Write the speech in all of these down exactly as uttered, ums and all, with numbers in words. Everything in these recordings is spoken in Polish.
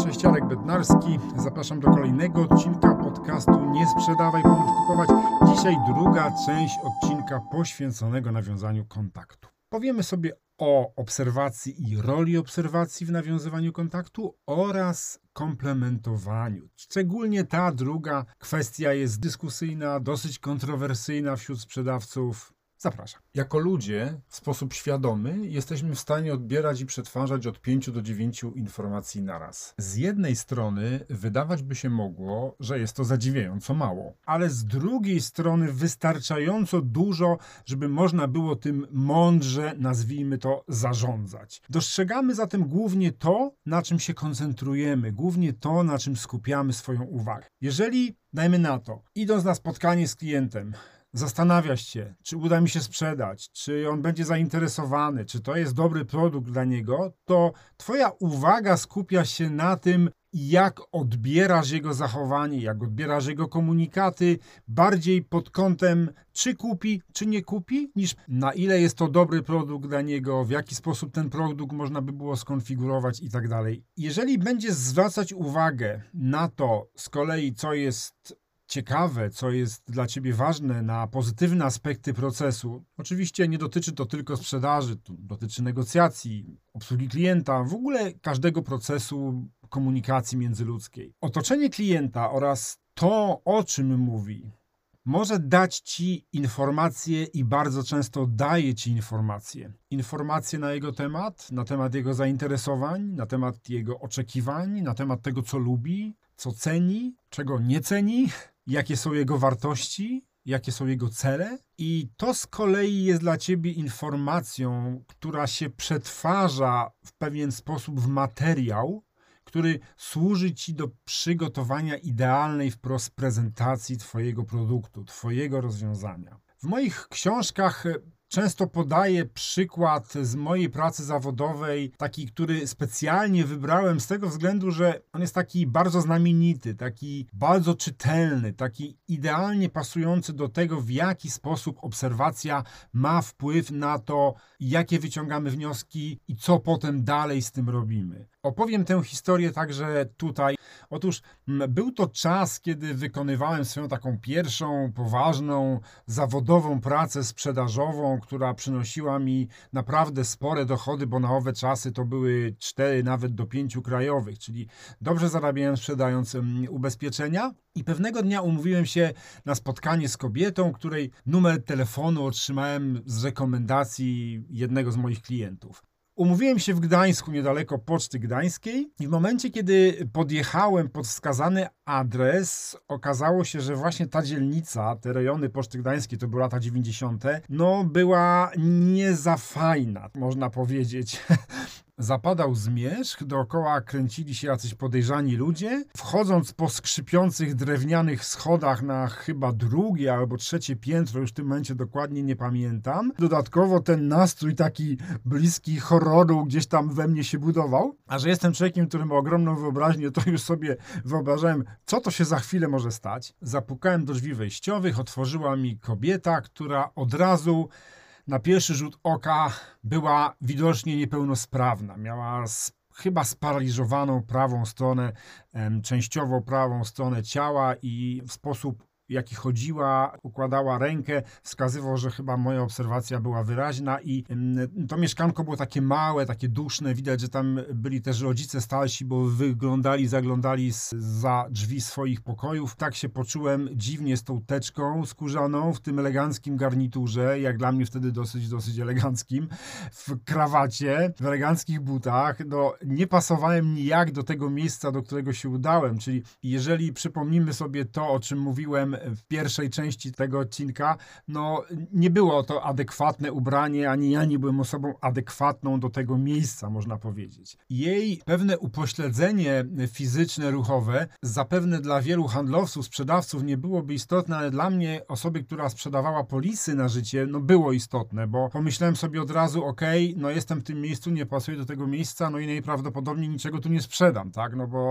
Cześć, Jarek Bednarski. Zapraszam do kolejnego odcinka podcastu Nie sprzedawaj, pomóż kupować. Dzisiaj druga część odcinka poświęconego nawiązaniu kontaktu. Powiemy sobie o obserwacji i roli obserwacji w nawiązywaniu kontaktu oraz komplementowaniu. Szczególnie ta druga kwestia jest dyskusyjna, dosyć kontrowersyjna wśród sprzedawców. Zapraszam. Jako ludzie w sposób świadomy jesteśmy w stanie odbierać i przetwarzać od pięciu do dziewięciu informacji naraz. Z jednej strony wydawać by się mogło, że jest to zadziwiająco mało, ale z drugiej strony wystarczająco dużo, żeby można było tym mądrze, nazwijmy to, zarządzać. Dostrzegamy zatem głównie to, na czym się koncentrujemy, głównie to, na czym skupiamy swoją uwagę. Jeżeli, dajmy na to, idąc na spotkanie z klientem, zastanawiasz się, czy uda mi się sprzedać, czy on będzie zainteresowany, czy to jest dobry produkt dla niego, to twoja uwaga skupia się na tym, jak odbierasz jego zachowanie, jak odbierasz jego komunikaty, bardziej pod kątem, czy kupi, czy nie kupi, niż na ile jest to dobry produkt dla niego, w jaki sposób ten produkt można by było skonfigurować i tak dalej. Jeżeli będziesz zwracać uwagę na to z kolei, co jest ciekawe, co jest dla ciebie ważne, na pozytywne aspekty procesu. Oczywiście nie dotyczy to tylko sprzedaży, to dotyczy negocjacji, obsługi klienta, w ogóle każdego procesu komunikacji międzyludzkiej. Otoczenie klienta oraz to, o czym mówi, może dać ci informacje i bardzo często daje ci informacje. Informacje na jego temat, na temat jego zainteresowań, na temat jego oczekiwań, na temat tego, co lubi, co ceni, czego nie ceni, jakie są jego wartości, jakie są jego cele. I to z kolei jest dla ciebie informacją, która się przetwarza w pewien sposób w materiał, który służy ci do przygotowania idealnej wprost prezentacji twojego produktu, twojego rozwiązania. W moich książkach często podaję przykład z mojej pracy zawodowej, taki, który specjalnie wybrałem z tego względu, że on jest taki bardzo znamienity, taki bardzo czytelny, taki idealnie pasujący do tego, w jaki sposób obserwacja ma wpływ na to, jakie wyciągamy wnioski i co potem dalej z tym robimy. Opowiem tę historię także tutaj. Otóż był to czas, kiedy wykonywałem swoją taką pierwszą, poważną, zawodową pracę sprzedażową, która przynosiła mi naprawdę spore dochody, bo na owe czasy to były cztery, nawet do pięciu krajowych, czyli dobrze zarabiałem sprzedając ubezpieczenia. I pewnego dnia umówiłem się na spotkanie z kobietą, której numer telefonu otrzymałem z rekomendacji jednego z moich klientów. Umówiłem się w Gdańsku, niedaleko Poczty Gdańskiej i w momencie, kiedy podjechałem pod wskazany adres, okazało się, że właśnie ta dzielnica, te rejony Poczty Gdańskiej, to były lata dziewięćdziesiąte, no była nie za fajna, można powiedzieć. Zapadał zmierzch, dookoła kręcili się jacyś podejrzani ludzie. Wchodząc po skrzypiących drewnianych schodach na chyba drugie albo trzecie piętro, już w tym momencie dokładnie nie pamiętam. Dodatkowo ten nastrój taki bliski horroru gdzieś tam we mnie się budował. A że jestem człowiekiem, który ma ogromną wyobraźnię, to już sobie wyobrażałem, co to się za chwilę może stać. Zapukałem do drzwi wejściowych, otworzyła mi kobieta, która od razu na pierwszy rzut oka była widocznie niepełnosprawna. Miała sp- chyba sparaliżowaną prawą stronę, em, częściowo prawą stronę ciała i w sposób, w jaki chodziła, układała rękę, wskazywał, że chyba moja obserwacja była wyraźna i em, to mieszkanko było takie małe, takie duszne. Widać, że tam byli też rodzice starsi, bo wyglądali, zaglądali z, za drzwi swoich pokojów. Tak się poczułem dziwnie z tą teczką skórzaną, w tym eleganckim garniturze, jak dla mnie wtedy dosyć, dosyć eleganckim, w krawacie, w eleganckich butach. No, nie pasowałem nijak do tego miejsca, do którego się udałem, czyli jeżeli przypomnimy sobie to, o czym mówiłem w pierwszej części tego odcinka, no nie było to adekwatne ubranie, ani ja nie byłem osobą adekwatną do tego miejsca, można powiedzieć. Jej pewne upośledzenie fizyczne, ruchowe, zapewne dla wielu handlowców, sprzedawców nie byłoby istotne, ale dla mnie, osoby, która sprzedawała polisy na życie, no było istotne, bo pomyślałem sobie od razu, okej, okay, no jestem w tym miejscu, nie pasuję do tego miejsca, no i najprawdopodobniej niczego tu nie sprzedam, tak, no bo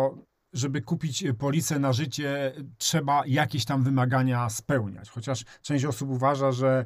żeby kupić polisę na życie, trzeba jakieś tam wymagania spełniać. Chociaż część osób uważa, że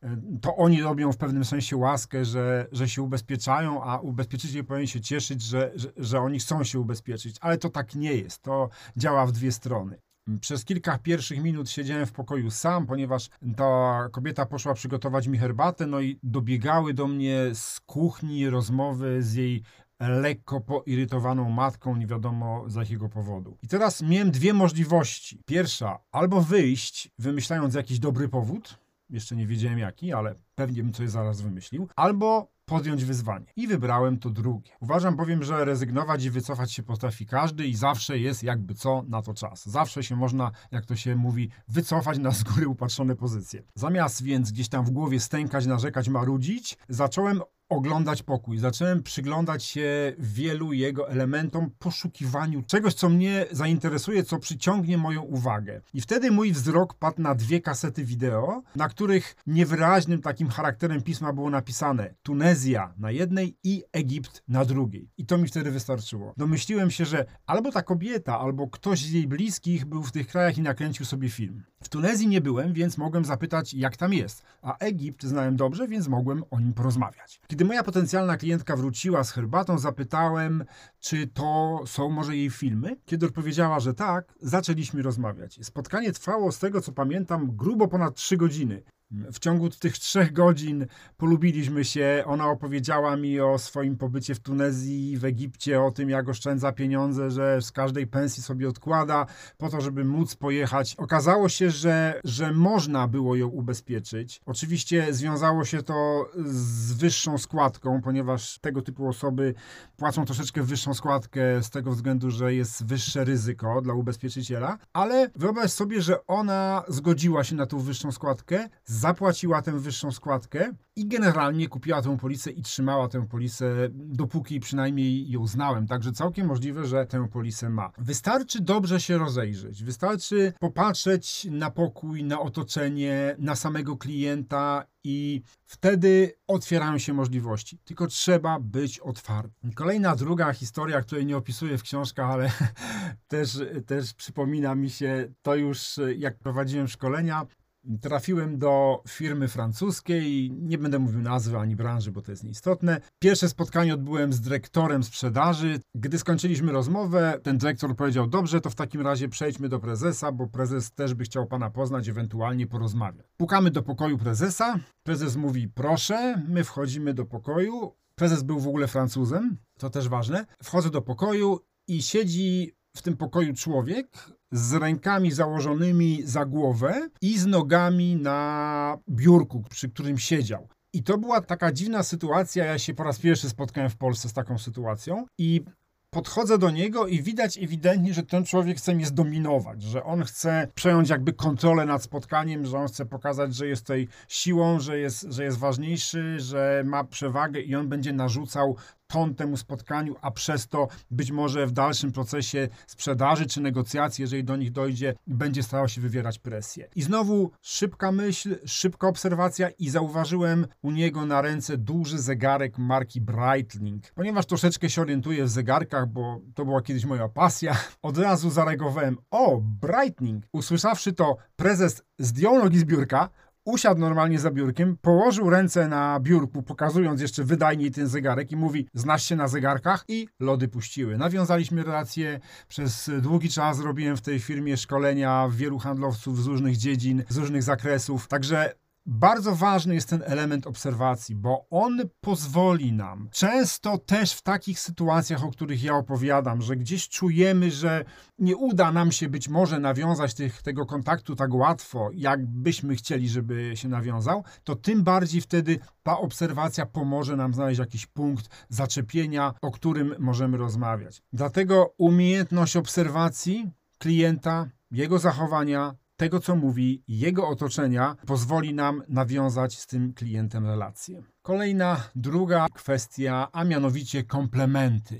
to oni robią w pewnym sensie łaskę, że, że się ubezpieczają, a ubezpieczyciel powinien się cieszyć, że, że, że oni chcą się ubezpieczyć. Ale to tak nie jest. To działa w dwie strony. Przez kilka pierwszych minut siedziałem w pokoju sam, ponieważ ta kobieta poszła przygotować mi herbatę, no i dobiegały do mnie z kuchni rozmowy z jej lekko poirytowaną matką, nie wiadomo z jakiego powodu. I teraz miałem dwie możliwości. Pierwsza, albo wyjść, wymyślając jakiś dobry powód, jeszcze nie wiedziałem jaki, ale pewnie bym coś zaraz wymyślił, albo podjąć wyzwanie. I wybrałem to drugie. Uważam bowiem, że rezygnować i wycofać się potrafi każdy i zawsze jest jakby co na to czas. Zawsze się można, jak to się mówi, wycofać na z góry upatrzone pozycje. Zamiast więc gdzieś tam w głowie stękać, narzekać, marudzić, zacząłem oglądać pokój. Zacząłem przyglądać się wielu jego elementom, poszukiwaniu czegoś, co mnie zainteresuje, co przyciągnie moją uwagę. I wtedy mój wzrok padł na dwie kasety wideo, na których niewyraźnym takim charakterem pisma było napisane Tunezja na jednej i Egipt na drugiej. I to mi wtedy wystarczyło. Domyśliłem się, że albo ta kobieta, albo ktoś z jej bliskich był w tych krajach i nakręcił sobie film. W Tunezji nie byłem, więc mogłem zapytać, jak tam jest. A Egipt znałem dobrze, więc mogłem o nim porozmawiać. Kiedy moja potencjalna klientka wróciła z herbatą, zapytałem, czy to są może jej filmy. Kiedy odpowiedziała, że tak, zaczęliśmy rozmawiać. Spotkanie trwało, z tego co pamiętam, grubo ponad trzy godziny. W ciągu tych trzech godzin polubiliśmy się. Ona opowiedziała mi o swoim pobycie w Tunezji, w Egipcie, o tym, jak oszczędza pieniądze, że z każdej pensji sobie odkłada po to, żeby móc pojechać. Okazało się, że, że można było ją ubezpieczyć. Oczywiście związało się to z wyższą składką, ponieważ tego typu osoby płacą troszeczkę wyższą składkę z tego względu, że jest wyższe ryzyko dla ubezpieczyciela, ale wyobraź sobie, że ona zgodziła się na tą wyższą składkę, zapłaciła tę wyższą składkę i generalnie kupiła tę polisę i trzymała tę polisę, dopóki przynajmniej ją znałem. Także całkiem możliwe, że tę polisę ma. Wystarczy dobrze się rozejrzeć. Wystarczy popatrzeć na pokój, na otoczenie, na samego klienta i wtedy otwierają się możliwości. Tylko trzeba być otwartym. Kolejna, druga historia, której nie opisuję w książkach, ale też, też przypomina mi się to już, jak prowadziłem szkolenia. Trafiłem do firmy francuskiej, nie będę mówił nazwy ani branży, bo to jest nieistotne. Pierwsze spotkanie odbyłem z dyrektorem sprzedaży. Gdy skończyliśmy rozmowę, ten dyrektor powiedział, dobrze, to w takim razie przejdźmy do prezesa, bo prezes też by chciał pana poznać, ewentualnie porozmawiać. Pukamy do pokoju prezesa, prezes mówi, proszę, my wchodzimy do pokoju. Prezes był w ogóle Francuzem, to też ważne. Wchodzę do pokoju i siedzi w tym pokoju człowiek z rękami założonymi za głowę i z nogami na biurku, przy którym siedział. I to była taka dziwna sytuacja. Ja się po raz pierwszy spotkałem w Polsce z taką sytuacją i podchodzę do niego i widać ewidentnie, że ten człowiek chce mnie zdominować, że on chce przejąć jakby kontrolę nad spotkaniem, że on chce pokazać, że jest tutaj siłą, że jest, że jest ważniejszy, że ma przewagę i on będzie narzucał ton temu spotkaniu, a przez to być może w dalszym procesie sprzedaży czy negocjacji, jeżeli do nich dojdzie, będzie starał się wywierać presję. I znowu szybka myśl, szybka obserwacja i zauważyłem u niego na ręce duży zegarek marki Breitling. Ponieważ troszeczkę się orientuję w zegarkach, bo to była kiedyś moja pasja, od razu zareagowałem, o, Breitling. Usłyszawszy to, prezes zdjął nogi z biurka, usiadł normalnie za biurkiem, położył ręce na biurku, pokazując jeszcze wydajniej ten zegarek i mówi, znasz się na zegarkach? I lody puściły. Nawiązaliśmy relacje, przez długi czas robiłem w tej firmie szkolenia wielu handlowców z różnych dziedzin, z różnych zakresów, także bardzo ważny jest ten element obserwacji, bo on pozwoli nam, często też w takich sytuacjach, o których ja opowiadam, że gdzieś czujemy, że nie uda nam się być może nawiązać tych, tego kontaktu tak łatwo, jak byśmy chcieli, żeby się nawiązał, to tym bardziej wtedy ta obserwacja pomoże nam znaleźć jakiś punkt zaczepienia, o którym możemy rozmawiać. Dlatego umiejętność obserwacji klienta, jego zachowania, tego, co mówi, jego otoczenia, pozwoli nam nawiązać z tym klientem relację. Kolejna, druga kwestia, a mianowicie komplementy.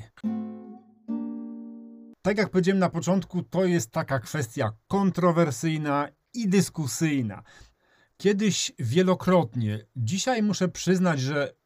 Tak jak powiedziałem na początku, to jest taka kwestia kontrowersyjna i dyskusyjna. Kiedyś wielokrotnie, dzisiaj muszę przyznać, że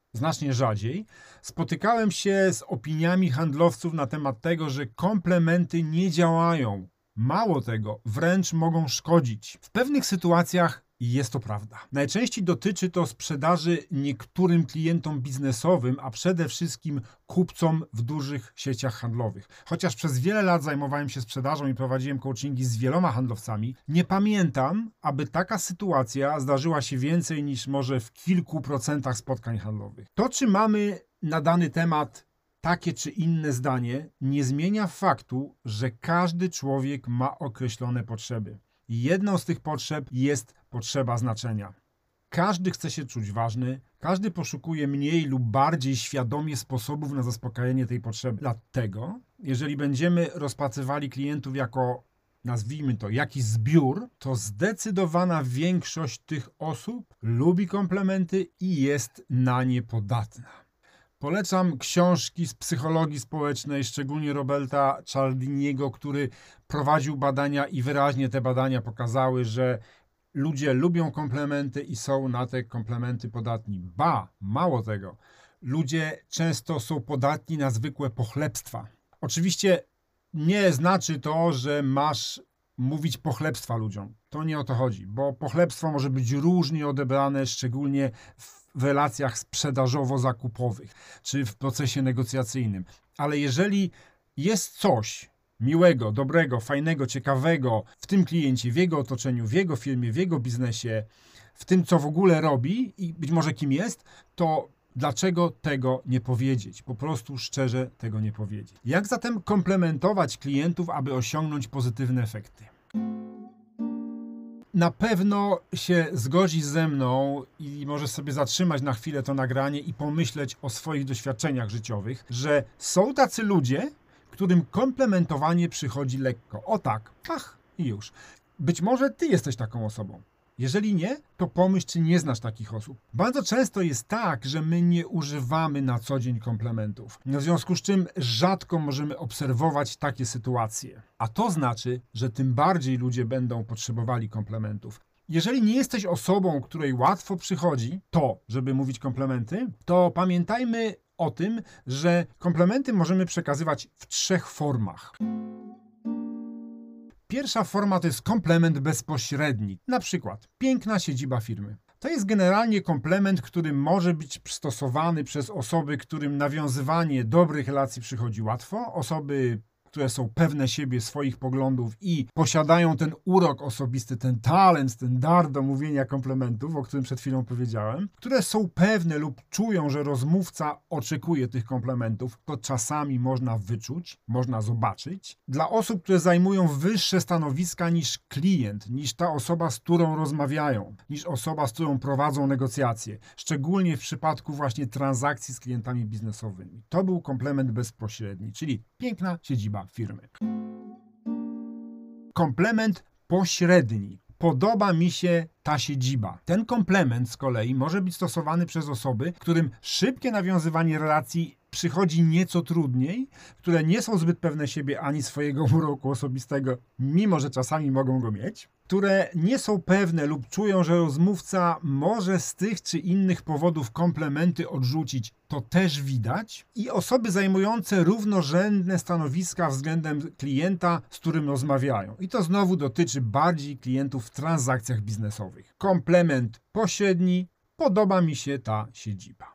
znacznie rzadziej, spotykałem się z opiniami handlowców na temat tego, że komplementy nie działają. Mało tego, wręcz mogą szkodzić. W pewnych sytuacjach jest to prawda. Najczęściej dotyczy to sprzedaży niektórym klientom biznesowym, a przede wszystkim kupcom w dużych sieciach handlowych. Chociaż przez wiele lat zajmowałem się sprzedażą i prowadziłem coachingi z wieloma handlowcami, nie pamiętam, aby taka sytuacja zdarzyła się więcej niż może w kilku procentach spotkań handlowych. To, czy mamy na dany temat takie czy inne zdanie, nie zmienia faktu, że każdy człowiek ma określone potrzeby. Jedną z tych potrzeb jest potrzeba znaczenia. Każdy chce się czuć ważny, każdy poszukuje mniej lub bardziej świadomie sposobów na zaspokojenie tej potrzeby. Dlatego, jeżeli będziemy rozpatrywali klientów jako, nazwijmy to, jakiś zbiór, to zdecydowana większość tych osób lubi komplementy i jest na nie podatna. Polecam książki z psychologii społecznej, szczególnie Roberta Cialdiniego, który prowadził badania i wyraźnie te badania pokazały, że ludzie lubią komplementy i są na te komplementy podatni. Ba, mało tego, ludzie często są podatni na zwykłe pochlebstwa. Oczywiście nie znaczy to, że masz mówić pochlebstwa ludziom. To nie o to chodzi, bo pochlebstwo może być różnie odebrane, szczególnie w relacjach sprzedażowo-zakupowych czy w procesie negocjacyjnym. Ale jeżeli jest coś miłego, dobrego, fajnego, ciekawego w tym kliencie, w jego otoczeniu, w jego firmie, w jego biznesie, w tym, co w ogóle robi i być może kim jest, to dlaczego tego nie powiedzieć? Po prostu szczerze tego nie powiedzieć. Jak zatem komplementować klientów, aby osiągnąć pozytywne efekty? Na pewno się zgodzi ze mną i możesz sobie zatrzymać na chwilę to nagranie i pomyśleć o swoich doświadczeniach życiowych, że są tacy ludzie, którym komplementowanie przychodzi lekko. O tak, ach i już. Być może ty jesteś taką osobą. Jeżeli nie, to pomyśl, czy nie znasz takich osób. Bardzo często jest tak, że my nie używamy na co dzień komplementów. W związku z czym rzadko możemy obserwować takie sytuacje. A to znaczy, że tym bardziej ludzie będą potrzebowali komplementów. Jeżeli nie jesteś osobą, której łatwo przychodzi to, żeby mówić komplementy, to pamiętajmy o tym, że komplementy możemy przekazywać w trzech formach. Pierwsza forma to jest komplement bezpośredni, na przykład piękna siedziba firmy. To jest generalnie komplement, który może być stosowany przez osoby, którym nawiązywanie dobrych relacji przychodzi łatwo, osoby, które są pewne siebie, swoich poglądów i posiadają ten urok osobisty, ten talent, ten dar do mówienia komplementów, o którym przed chwilą powiedziałem, które są pewne lub czują, że rozmówca oczekuje tych komplementów, to czasami można wyczuć, można zobaczyć. Dla osób, które zajmują wyższe stanowiska niż klient, niż ta osoba, z którą rozmawiają, niż osoba, z którą prowadzą negocjacje, szczególnie w przypadku właśnie transakcji z klientami biznesowymi. To był komplement bezpośredni, czyli piękna siedziba firmy. Komplement pośredni. Podoba mi się ta siedziba. Ten komplement z kolei może być stosowany przez osoby, którym szybkie nawiązywanie relacji przychodzi nieco trudniej, które nie są zbyt pewne siebie ani swojego uroku osobistego, mimo że czasami mogą go mieć, które nie są pewne lub czują, że rozmówca może z tych czy innych powodów komplementy odrzucić, to też widać, i osoby zajmujące równorzędne stanowiska względem klienta, z którym rozmawiają. I to znowu dotyczy bardziej klientów w transakcjach biznesowych. Komplement pośredni. Podoba mi się ta siedziba.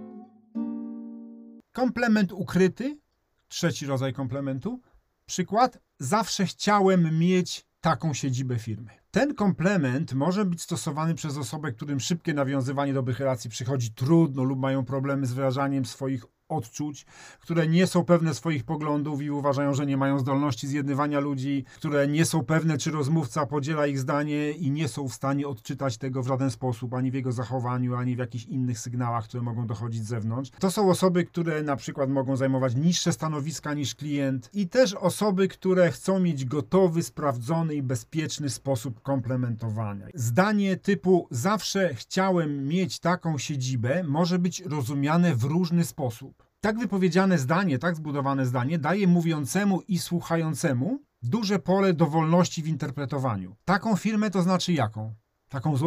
Komplement ukryty, trzeci rodzaj komplementu. Przykład, zawsze chciałem mieć taką siedzibę firmy. Ten komplement może być stosowany przez osoby, którym szybkie nawiązywanie dobrych relacji przychodzi trudno lub mają problemy z wyrażaniem swoich odczuć, które nie są pewne swoich poglądów i uważają, że nie mają zdolności zjednywania ludzi, które nie są pewne, czy rozmówca podziela ich zdanie i nie są w stanie odczytać tego w żaden sposób, ani w jego zachowaniu, ani w jakichś innych sygnałach, które mogą dochodzić z zewnątrz. To są osoby, które na przykład mogą zajmować niższe stanowiska niż klient, i też osoby, które chcą mieć gotowy, sprawdzony i bezpieczny sposób komplementowania. Zdanie typu zawsze chciałem mieć taką siedzibę może być rozumiane w różny sposób. Tak wypowiedziane zdanie, tak zbudowane zdanie daje mówiącemu i słuchającemu duże pole do wolności w interpretowaniu. Taką firmę to znaczy jaką? Taką złą?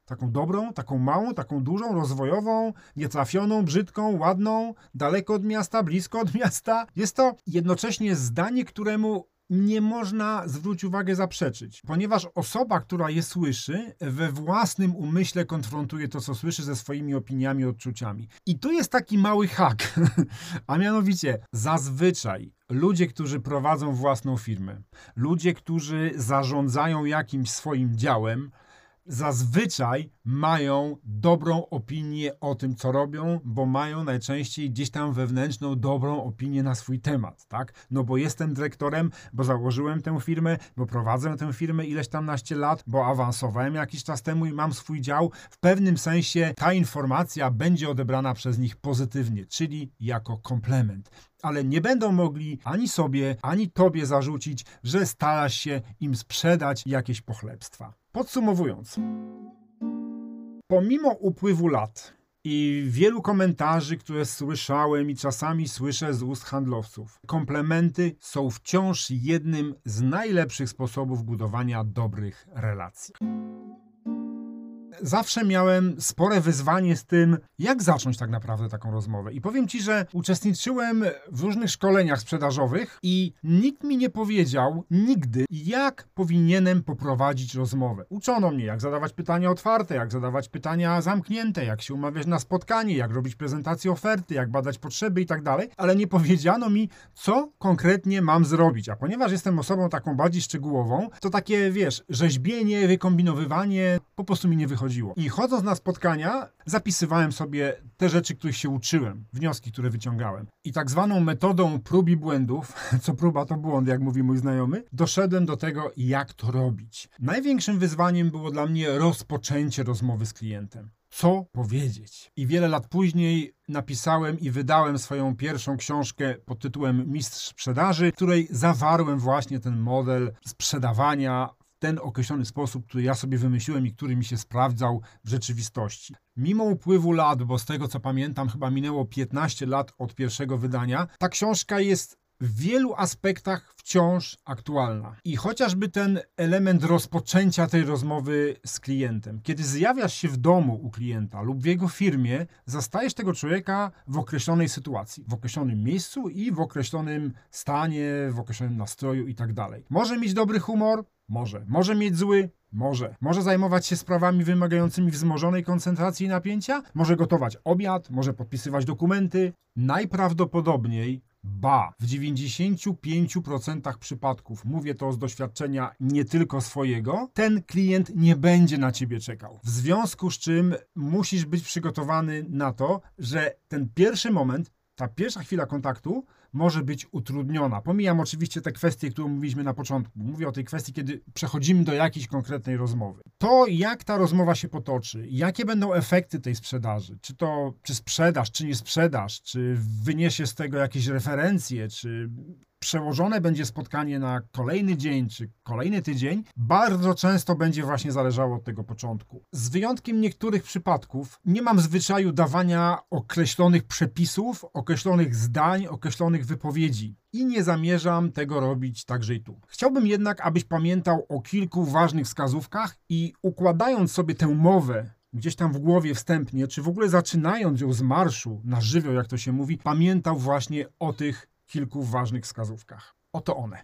Taką dobrą, taką małą, taką dużą, rozwojową, nietrafioną, brzydką, ładną, daleko od miasta, blisko od miasta. Jest to jednocześnie zdanie, któremu nie można, zwróć uwagę, zaprzeczyć, ponieważ osoba, która je słyszy, we własnym umyśle konfrontuje to, co słyszy, ze swoimi opiniami, odczuciami. I tu jest taki mały hak, a mianowicie zazwyczaj ludzie, którzy prowadzą własną firmę, ludzie, którzy zarządzają jakimś swoim działem, zazwyczaj mają dobrą opinię o tym, co robią, bo mają najczęściej gdzieś tam wewnętrzną, dobrą opinię na swój temat, tak? No bo jestem dyrektorem, bo założyłem tę firmę, bo prowadzę tę firmę ileś tam naście lat, bo awansowałem jakiś czas temu i mam swój dział. W pewnym sensie ta informacja będzie odebrana przez nich pozytywnie, czyli jako komplement. Ale nie będą mogli ani sobie, ani tobie zarzucić, że starasz się im sprzedać jakieś pochlebstwa. Podsumowując, pomimo upływu lat i wielu komentarzy, które słyszałem i czasami słyszę z ust handlowców, komplementy są wciąż jednym z najlepszych sposobów budowania dobrych relacji. Zawsze miałem spore wyzwanie z tym, jak zacząć tak naprawdę taką rozmowę. I powiem Ci, że uczestniczyłem w różnych szkoleniach sprzedażowych i nikt mi nie powiedział nigdy, jak powinienem poprowadzić rozmowę. Uczono mnie, jak zadawać pytania otwarte, jak zadawać pytania zamknięte, jak się umawiać na spotkanie, jak robić prezentację oferty, jak badać potrzeby i tak dalej, ale nie powiedziano mi, co konkretnie mam zrobić. A ponieważ jestem osobą taką bardziej szczegółową, to takie, wiesz, rzeźbienie, wykombinowywanie po prostu mi nie wychodzi. I chodząc na spotkania, zapisywałem sobie te rzeczy, których się uczyłem, wnioski, które wyciągałem. I tak zwaną metodą prób i błędów, co próba to błąd, jak mówi mój znajomy, doszedłem do tego, jak to robić. Największym wyzwaniem było dla mnie rozpoczęcie rozmowy z klientem. Co powiedzieć? I wiele lat później napisałem i wydałem swoją pierwszą książkę pod tytułem Mistrz Sprzedaży, w której zawarłem właśnie ten model sprzedawania w ten określony sposób, który ja sobie wymyśliłem i który mi się sprawdzał w rzeczywistości. Mimo upływu lat, bo z tego co pamiętam chyba minęło piętnaście lat od pierwszego wydania, ta książka jest w wielu aspektach wciąż aktualna. I chociażby ten element rozpoczęcia tej rozmowy z klientem. Kiedy zjawiasz się w domu u klienta lub w jego firmie, zastajesz tego człowieka w określonej sytuacji, w określonym miejscu i w określonym stanie, w określonym nastroju i tak dalej. Może mieć dobry humor? Może. Może mieć zły? Może. Może zajmować się sprawami wymagającymi wzmożonej koncentracji i napięcia? Może gotować obiad? Może podpisywać dokumenty? Najprawdopodobniej Ba, w dziewięćdziesięciu pięciu procentach przypadków, mówię to z doświadczenia nie tylko swojego, ten klient nie będzie na ciebie czekał. W związku z czym musisz być przygotowany na to, że ten pierwszy moment, ta pierwsza chwila kontaktu może być utrudniona. Pomijam oczywiście te kwestie, które mówiliśmy na początku. Mówię o tej kwestii, kiedy przechodzimy do jakiejś konkretnej rozmowy. To, jak ta rozmowa się potoczy, jakie będą efekty tej sprzedaży, czy to, czy sprzedaż, czy nie sprzedaż, czy wyniesie z tego jakieś referencje, czy przełożone będzie spotkanie na kolejny dzień, czy kolejny tydzień, bardzo często będzie właśnie zależało od tego początku. Z wyjątkiem niektórych przypadków nie mam zwyczaju dawania określonych przepisów, określonych zdań, określonych wypowiedzi. I nie zamierzam tego robić także i tu. Chciałbym jednak, abyś pamiętał o kilku ważnych wskazówkach i układając sobie tę mowę gdzieś tam w głowie wstępnie, czy w ogóle zaczynając ją z marszu na żywioł, jak to się mówi, pamiętał właśnie o tych kilku ważnych wskazówkach. Oto one.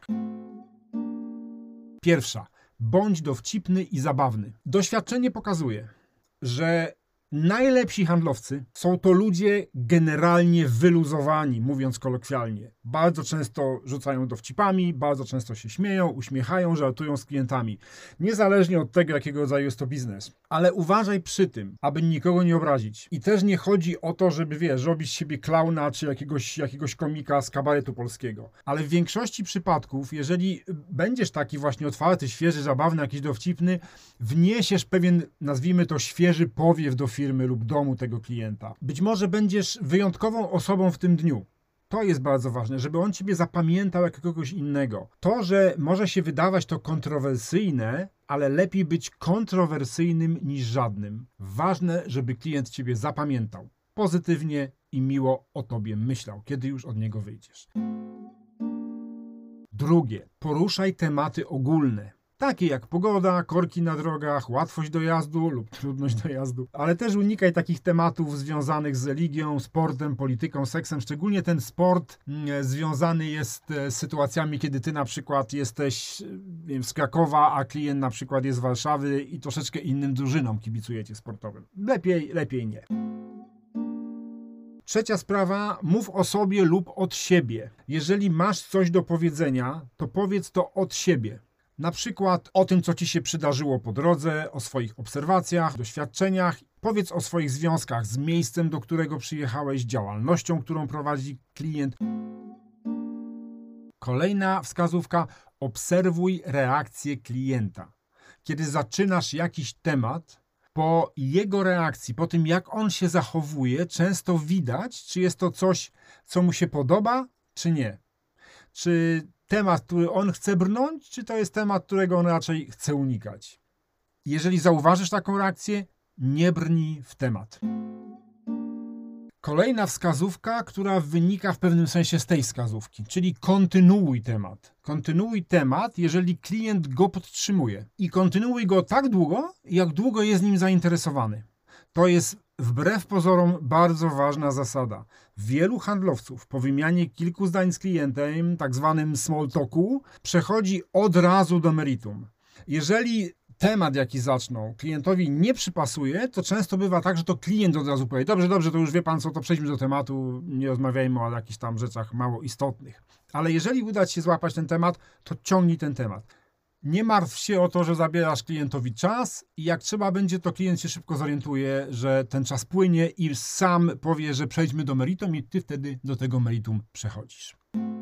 Pierwsza. Bądź dowcipny i zabawny. Doświadczenie pokazuje, że najlepsi handlowcy są to ludzie generalnie wyluzowani, mówiąc kolokwialnie. Bardzo często rzucają dowcipami, bardzo często się śmieją, uśmiechają, żartują z klientami. Niezależnie od tego, jakiego rodzaju jest to biznes. Ale uważaj przy tym, aby nikogo nie obrazić. I też nie chodzi o to, żeby, wiesz, robić z siebie klauna czy jakiegoś, jakiegoś komika z kabaretu polskiego. Ale w większości przypadków, jeżeli będziesz taki właśnie otwarty, świeży, zabawny, jakiś dowcipny, wniesiesz pewien, nazwijmy to, świeży powiew do firmy lub domu tego klienta. Być może będziesz wyjątkową osobą w tym dniu. To jest bardzo ważne, żeby on ciebie zapamiętał jak kogoś innego. To, że może się wydawać to kontrowersyjne, ale lepiej być kontrowersyjnym niż żadnym. Ważne, żeby klient ciebie zapamiętał pozytywnie i miło o tobie myślał, kiedy już od niego wyjdziesz. Drugie, poruszaj tematy ogólne. takie jak pogoda, korki na drogach, łatwość dojazdu lub trudność dojazdu, ale też unikaj takich tematów związanych z religią, sportem, polityką, seksem. Szczególnie ten sport mm, związany jest e, z sytuacjami, kiedy ty na przykład jesteś e, nie wiem, z Krakowa, a klient na przykład jest z Warszawy i troszeczkę innym drużynom kibicujecie sportowym. Lepiej, lepiej nie. Trzecia sprawa, mów o sobie lub od siebie. Jeżeli masz coś do powiedzenia, to powiedz to od siebie. Na przykład o tym, co ci się przydarzyło po drodze, o swoich obserwacjach, doświadczeniach. Powiedz o swoich związkach z miejscem, do którego przyjechałeś, działalnością, którą prowadzi klient. Kolejna wskazówka, obserwuj reakcję klienta. Kiedy zaczynasz jakiś temat, po jego reakcji, po tym jak on się zachowuje, często widać, czy jest to coś, co mu się podoba, czy nie. Czy temat, który on chce brnąć, czy to jest temat, którego on raczej chce unikać. Jeżeli zauważysz taką reakcję, nie brnij w temat. Kolejna wskazówka, która wynika w pewnym sensie z tej wskazówki, czyli kontynuuj temat. Kontynuuj temat, jeżeli klient go podtrzymuje. I kontynuuj go tak długo, jak długo jest nim zainteresowany. To jest wbrew pozorom bardzo ważna zasada. Wielu handlowców po wymianie kilku zdań z klientem, tak zwanym small talku, przechodzi od razu do meritum. Jeżeli temat, jaki zaczną, klientowi nie przypasuje, to często bywa tak, że to klient od razu powie, dobrze, dobrze, to już wie pan co, to przejdźmy do tematu, nie rozmawiajmy o jakichś tam rzeczach mało istotnych. Ale jeżeli uda ci się złapać ten temat, to ciągnij ten temat. Nie martw się o to, że zabierasz klientowi czas i jak trzeba będzie, to klient się szybko zorientuje, że ten czas płynie i sam powie, że przejdźmy do meritum i ty wtedy do tego meritum przechodzisz.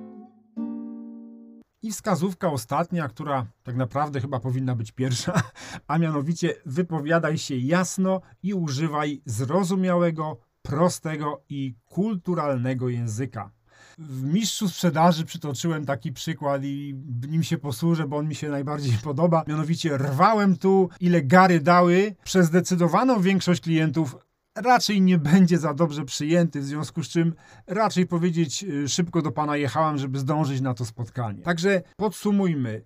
I wskazówka ostatnia, która tak naprawdę chyba powinna być pierwsza, a mianowicie wypowiadaj się jasno i używaj zrozumiałego, prostego i kulturalnego języka. W Mistrzu Sprzedaży przytoczyłem taki przykład i nim się posłużę, bo on mi się najbardziej podoba. Mianowicie rwałem tu, ile gary dały, przez zdecydowaną większość klientów raczej nie będzie za dobrze przyjęty, w związku z czym raczej powiedzieć szybko do pana jechałem, żeby zdążyć na to spotkanie. Także podsumujmy.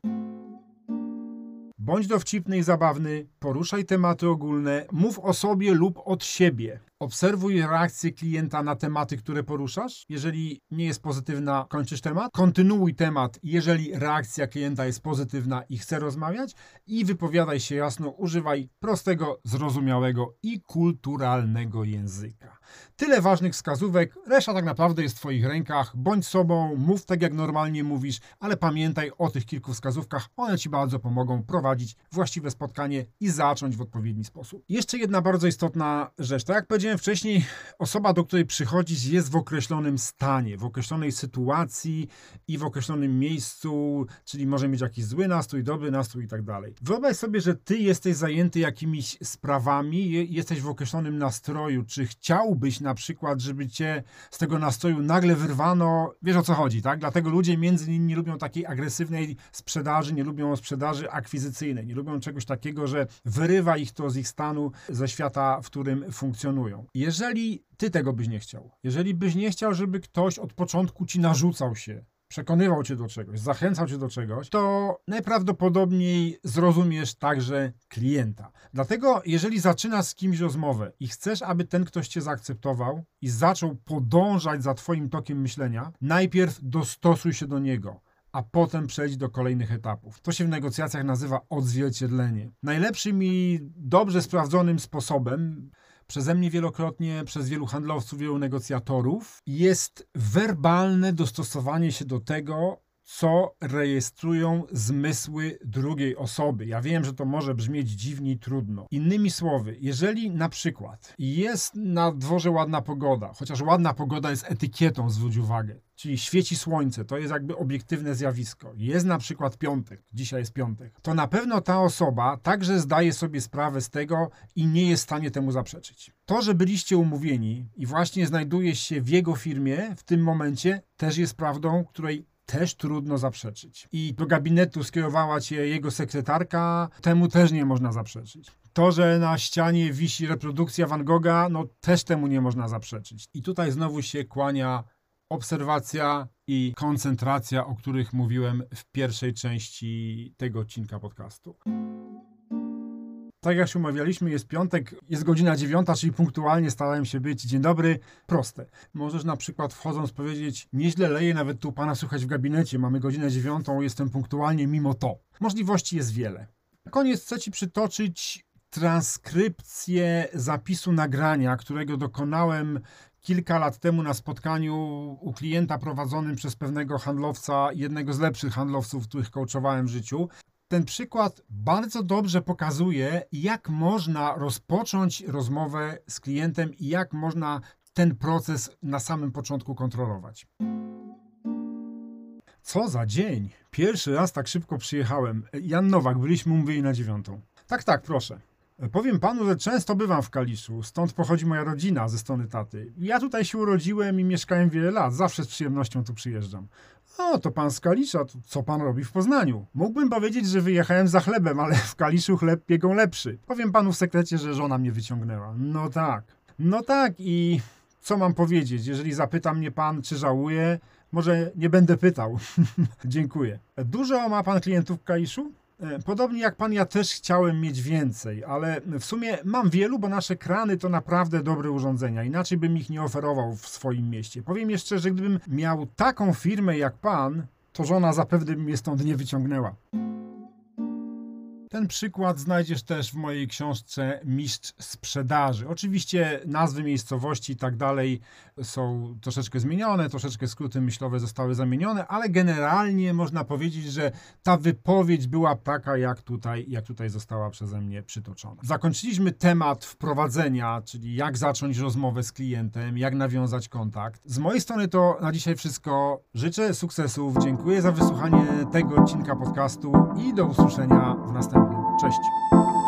Bądź dowcipny i zabawny, poruszaj tematy ogólne, mów o sobie lub od siebie. Obserwuj reakcję klienta na tematy, które poruszasz. Jeżeli nie jest pozytywna, kończysz temat. Kontynuuj temat, jeżeli reakcja klienta jest pozytywna i chce rozmawiać. I wypowiadaj się jasno, używaj prostego, zrozumiałego i kulturalnego języka. Tyle ważnych wskazówek, reszta tak naprawdę jest w twoich rękach. Bądź sobą, mów tak jak normalnie mówisz, ale pamiętaj o tych kilku wskazówkach. One ci bardzo pomogą prowadzić właściwe spotkanie i zacząć w odpowiedni sposób. Jeszcze jedna bardzo istotna rzecz. Tak jak powiedziałem wcześniej, osoba, do której przychodzisz, jest w określonym stanie, w określonej sytuacji i w określonym miejscu, czyli może mieć jakiś zły nastrój, dobry nastrój i tak dalej. Wyobraź sobie, że ty jesteś zajęty jakimiś sprawami, jesteś w określonym nastroju. Czy chciałbyś na przykład, żeby cię z tego nastroju nagle wyrwano? Wiesz o co chodzi, tak? Dlatego ludzie między innymi nie lubią takiej agresywnej sprzedaży, nie lubią sprzedaży akwizycyjnej, nie lubią czegoś takiego, że wyrywa ich to z ich stanu, ze świata, w którym funkcjonują. Jeżeli ty tego byś nie chciał, jeżeli byś nie chciał, żeby ktoś od początku ci narzucał się, przekonywał cię do czegoś, zachęcał cię do czegoś, to najprawdopodobniej zrozumiesz także klienta. Dlatego, jeżeli zaczynasz z kimś rozmowę i chcesz, aby ten ktoś cię zaakceptował i zaczął podążać za twoim tokiem myślenia, najpierw dostosuj się do niego, a potem przejdź do kolejnych etapów. To się w negocjacjach nazywa odzwierciedlenie. Najlepszym i dobrze sprawdzonym sposobem przeze mnie wielokrotnie, przez wielu handlowców, wielu negocjatorów, jest werbalne dostosowanie się do tego, co rejestrują zmysły drugiej osoby. Ja wiem, że to może brzmieć dziwnie i trudno. Innymi słowy, jeżeli na przykład jest na dworze ładna pogoda, chociaż ładna pogoda jest etykietą, zwróć uwagę, czyli świeci słońce, to jest jakby obiektywne zjawisko. Jest na przykład piątek, dzisiaj jest piątek, to na pewno ta osoba także zdaje sobie sprawę z tego i nie jest w stanie temu zaprzeczyć. To, że byliście umówieni i właśnie znajdujesz się w jego firmie w tym momencie, też jest prawdą, której też trudno zaprzeczyć. I do gabinetu skierowała cię jego sekretarka, temu też nie można zaprzeczyć. To, że na ścianie wisi reprodukcja Van Gogha, no też temu nie można zaprzeczyć. I tutaj znowu się kłania obserwacja, i koncentracja, o których mówiłem w pierwszej części tego odcinka podcastu. Tak jak się umawialiśmy, jest piątek, jest godzina dziewiąta, czyli punktualnie starałem się być. Dzień dobry, proste. Możesz na przykład wchodząc powiedzieć, nieźle leje, nawet tu pana słychać w gabinecie, mamy godzinę dziewiątą, jestem punktualnie mimo to. Możliwości jest wiele. Na koniec chcę Ci przytoczyć transkrypcję zapisu nagrania, którego dokonałem kilka lat temu na spotkaniu u klienta prowadzonym przez pewnego handlowca, jednego z lepszych handlowców, których coachowałem w życiu. Ten przykład bardzo dobrze pokazuje, jak można rozpocząć rozmowę z klientem i jak można ten proces na samym początku kontrolować. Co za dzień! Pierwszy raz tak szybko przyjechałem. Jan Nowak, byliśmy umówieni na dziewiątą. Tak, tak, proszę. Powiem panu, że często bywam w Kaliszu, stąd pochodzi moja rodzina ze strony taty. Ja tutaj się urodziłem i mieszkałem wiele lat, zawsze z przyjemnością tu przyjeżdżam. O, to pan z Kalisza, to co pan robi w Poznaniu? Mógłbym powiedzieć, że wyjechałem za chlebem, ale w Kaliszu chleb piegą lepszy. Powiem panu w sekrecie, że żona mnie wyciągnęła. No tak. No tak i co mam powiedzieć, jeżeli zapyta mnie pan, czy żałuję? Może nie będę pytał. Dziękuję. Dużo ma pan klientów w Kaliszu? Podobnie jak pan, ja też chciałem mieć więcej, ale w sumie mam wielu, bo nasze krany to naprawdę dobre urządzenia. Inaczej bym ich nie oferował w swoim mieście. Powiem jeszcze, że gdybym miał taką firmę jak pan, to żona zapewne by mnie stąd nie wyciągnęła. Ten przykład znajdziesz też w mojej książce Mistrz Sprzedaży. Oczywiście nazwy miejscowości i tak dalej są troszeczkę zmienione, troszeczkę skróty myślowe zostały zamienione, ale generalnie można powiedzieć, że ta wypowiedź była taka, jak tutaj, jak tutaj została przeze mnie przytoczona. Zakończyliśmy temat wprowadzenia, czyli jak zacząć rozmowę z klientem, jak nawiązać kontakt. Z mojej strony to na dzisiaj wszystko. Życzę sukcesów, dziękuję za wysłuchanie tego odcinka podcastu i do usłyszenia w następnym. Cześć!